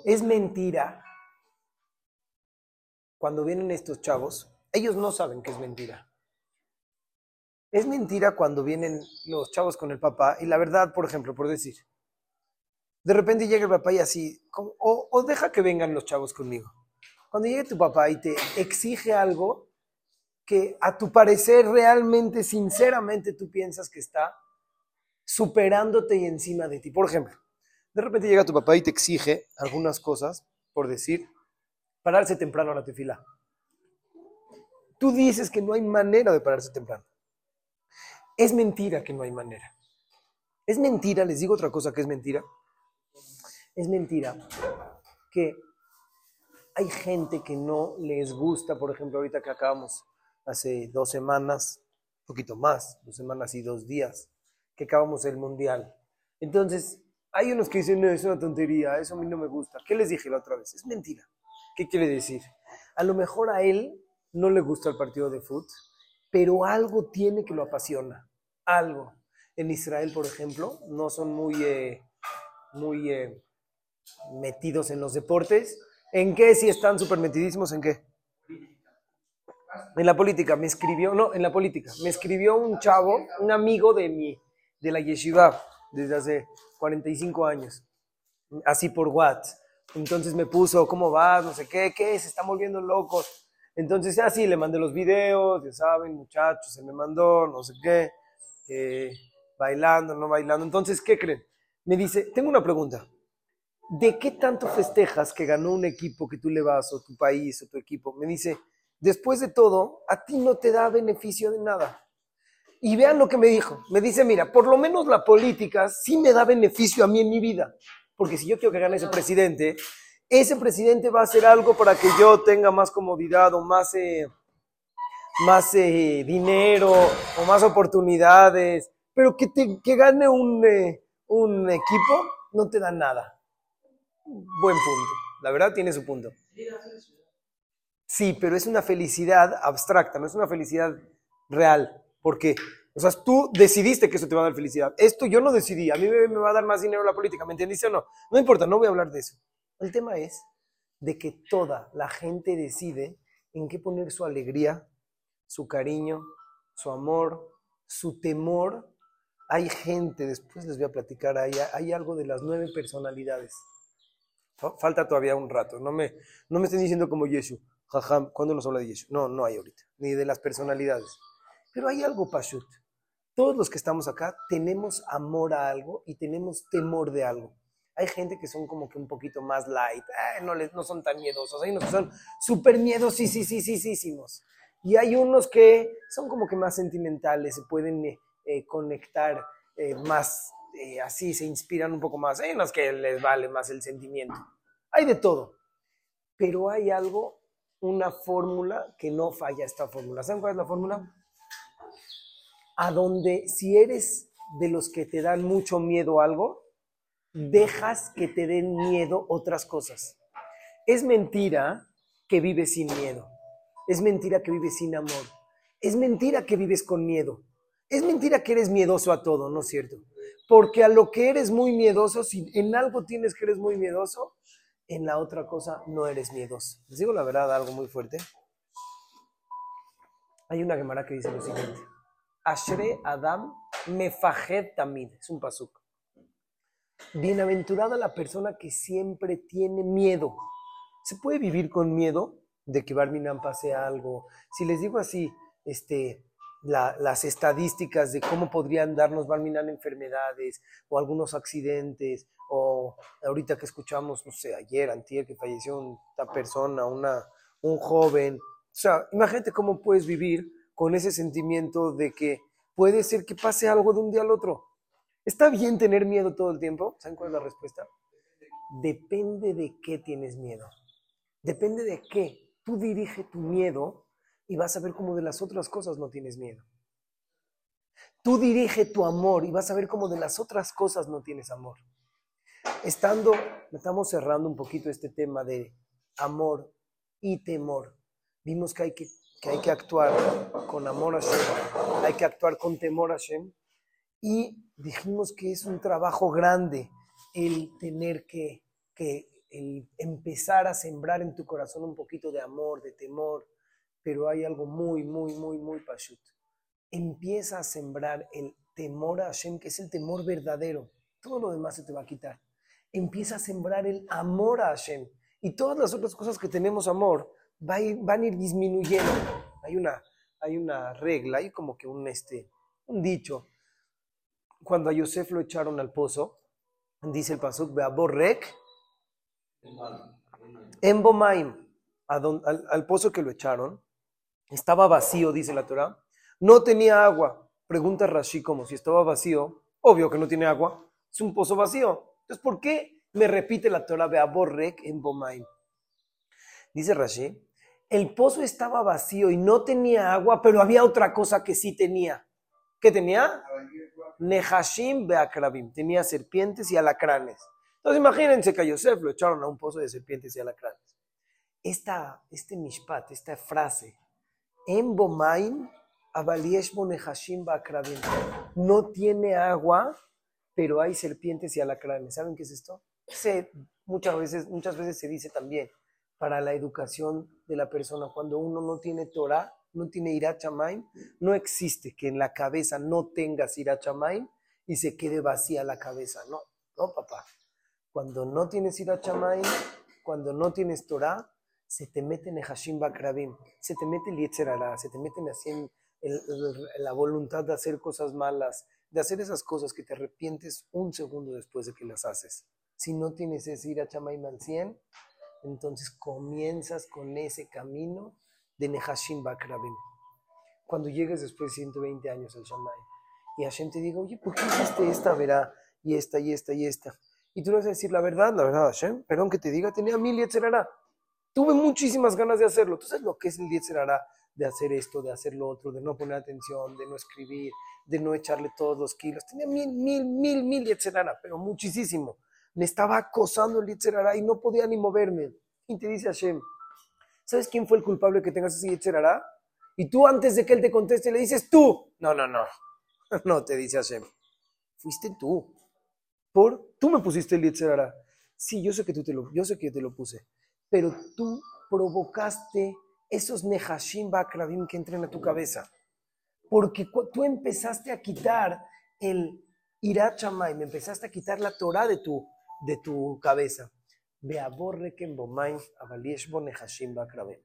Es mentira. Cuando vienen estos chavos, ellos no saben que es mentira. Es mentira cuando vienen los chavos con el papá y la verdad, por ejemplo, por decir, de repente llega el papá y así, o deja que vengan los chavos conmigo. Cuando llegue tu papá y te exige algo que a tu parecer realmente, sinceramente tú piensas que está superándote y encima de ti. Por ejemplo, de repente llega tu papá y te exige algunas cosas, por decir, pararse temprano a la tefilá. Tú dices que no hay manera de pararse temprano. Es mentira que no hay manera. Es mentira, les digo otra cosa que es mentira. Es mentira que hay gente que no les gusta, por ejemplo, ahorita que acabamos hace 2 semanas, un poquito más, 2 semanas y 2 días, que acabamos el mundial. Entonces, hay unos que dicen, no, es una tontería, eso a mí no me gusta. ¿Qué les dije la otra vez? Es mentira. ¿Qué quiere decir? A lo mejor a él no le gusta el partido de fútbol, pero algo tiene que lo apasiona. Algo. En Israel, por ejemplo, no son muy metidos en los deportes. ¿En qué sí están súper metidísimos? ¿En qué? En la política. En la política. Me escribió un chavo, un amigo de la yeshiva, desde hace 45 años, así por WhatsApp. Entonces me puso, ¿cómo vas? No sé qué, se están volviendo locos. Entonces así le mandé los videos, ya saben, muchachos, se me mandó, no sé qué, bailando, no bailando. Entonces, ¿qué creen? Me dice, tengo una pregunta. ¿De qué tanto festejas que ganó un equipo que tú le vas, o tu país, o tu equipo? Me dice, después de todo, a ti no te da beneficio de nada. Y vean lo que me dijo. Me dice, mira, por lo menos la política sí me da beneficio a mí en mi vida. Porque si yo quiero que gane ese presidente va a hacer algo para que yo tenga más comodidad o más dinero o más oportunidades. Pero que gane un equipo no te da nada. Buen punto. La verdad tiene su punto. Sí, pero es una felicidad abstracta, no es una felicidad real. Porque, o sea, tú decidiste que eso te va a dar felicidad. Esto yo no decidí. A mí me va a dar más dinero la política. ¿Me entendiste o no? No importa, no voy a hablar de eso. El tema es de que toda la gente decide en qué poner su alegría, su cariño, su amor, su temor. Hay gente, después les voy a platicar, hay algo de las 9 personalidades. Falta todavía un rato. No me estén diciendo como Yeshu. Jajam, ¿cuándo nos habla de Yeshu? No hay ahorita. Ni de las personalidades. Pero hay algo, Pashut. Todos los que estamos acá tenemos amor a algo y tenemos temor de algo. Hay gente que son como que un poquito más light. No son tan miedosos. Hay unos que son súper miedosísimos. Y hay unos que son como que más sentimentales. Se pueden conectar más. Así se inspiran un poco más. Hay unos que les vale más el sentimiento. Hay de todo. Pero hay algo, una fórmula que no falla esta fórmula. ¿Saben cuál es la fórmula? A donde si eres de los que te dan mucho miedo a algo, dejas que te den miedo otras cosas. Es mentira que vives sin miedo. Es mentira que vives sin amor. Es mentira que vives con miedo. Es mentira que eres miedoso a todo, ¿no es cierto? Porque a lo que eres muy miedoso, si en algo tienes que eres muy miedoso, en la otra cosa no eres miedoso. Les digo la verdad, algo muy fuerte. Hay una Gemara que dice lo siguiente. Ashre Adam mefajed tamid. Es un pasuk. Bienaventurada la persona que siempre tiene miedo. ¿Se puede vivir con miedo de que Barminan pase algo? Si les digo así, las estadísticas de cómo podrían darnos Barminan enfermedades o algunos accidentes, o ahorita que escuchamos, no sé, ayer, antier, que falleció una persona, un joven. O sea, imagínate cómo puedes vivir con ese sentimiento de que puede ser que pase algo de un día al otro. ¿Está bien tener miedo todo el tiempo? ¿Saben cuál es la respuesta? Depende de qué tienes miedo. Depende de qué. Tú dirige tu miedo y vas a ver cómo de las otras cosas no tienes miedo. Tú dirige tu amor y vas a ver cómo de las otras cosas no tienes amor. Estamos cerrando un poquito este tema de amor y temor. Vimos que hay que actuar con amor a Hashem, hay que actuar con temor a Hashem, y dijimos que es un trabajo grande el tener que el empezar a sembrar en tu corazón un poquito de amor, de temor, pero hay algo muy, muy, muy, muy pashut. Empieza a sembrar el temor a Hashem, que es el temor verdadero. Todo lo demás se te va a quitar. Empieza a sembrar el amor a Hashem. Y todas las otras cosas que tenemos amor van a ir disminuyendo. Hay una regla, hay como que un dicho. Cuando a Yosef lo echaron al pozo, dice el pasuk, Beaborrek, en Bomaim, al pozo que lo echaron, estaba vacío, dice la Torah, no tenía agua. Pregunta Rashi como si estaba vacío, obvio que no tiene agua, es un pozo vacío. Entonces, ¿por qué me repite la Torah Beaborrek en Bomaim? Dice Rashi, el pozo estaba vacío y no tenía agua, pero había otra cosa que sí tenía. ¿Qué tenía? Nehashim beakrabim, tenía serpientes y alacranes. Entonces imagínense que a Yosef lo echaron a un pozo de serpientes y alacranes. Este mishpat, esta frase, en Bomaim, Abaliesh Nehashim beakrabim, no tiene agua, pero hay serpientes y alacranes. ¿Saben qué es esto? Muchas veces se dice también para la educación de la persona. Cuando uno no tiene Torah, no tiene Irat Shamayim, no existe que en la cabeza no tengas Irat Shamayim y se quede vacía la cabeza. No, no, papá. Cuando no tienes Irat Shamayim, cuando no tienes Torah, se te mete Nehashim Bakrabim, se te mete el Yetzer Hara, se te meten así en la voluntad de hacer cosas malas, de hacer esas cosas que te arrepientes un segundo después de que las haces. Si no tienes ese Irat Shamayim al 100, entonces comienzas con ese camino de Nehashim Bakrabim. Cuando llegues después de 120 años al Shammai y Hashem te diga, oye, ¿por qué hiciste esta verá y esta y esta y esta? Y tú le vas a decir la verdad Hashem, perdón que te diga, tenía 1000 Yetzer Hara. Tuve muchísimas ganas de hacerlo. Tú sabes lo que es el Yetzer Hara, de hacer esto, de hacer lo otro, de no poner atención, de no escribir, de no echarle todos los kilos. Tenía mil Yetzer Hara, pero muchísimo. Me estaba acosando el Yetzer Hara y no podía ni moverme. Y te dice Hashem, ¿sabes quién fue el culpable que tengas ese Yetzer Hara? Y tú antes de que él te conteste le dices tú. No. No, te dice Hashem. Fuiste tú. Tú me pusiste el Yetzer Hara. Sí, yo sé que yo te lo puse. Pero tú provocaste esos Nehashim Bakrabim que entren a tu cabeza. Porque tú empezaste a quitar el Irat Shamayim, empezaste a quitar la Torah de tu cabeza. Beaborrek en Bomaim, Abaliesh bo Nehashim Bakrabim.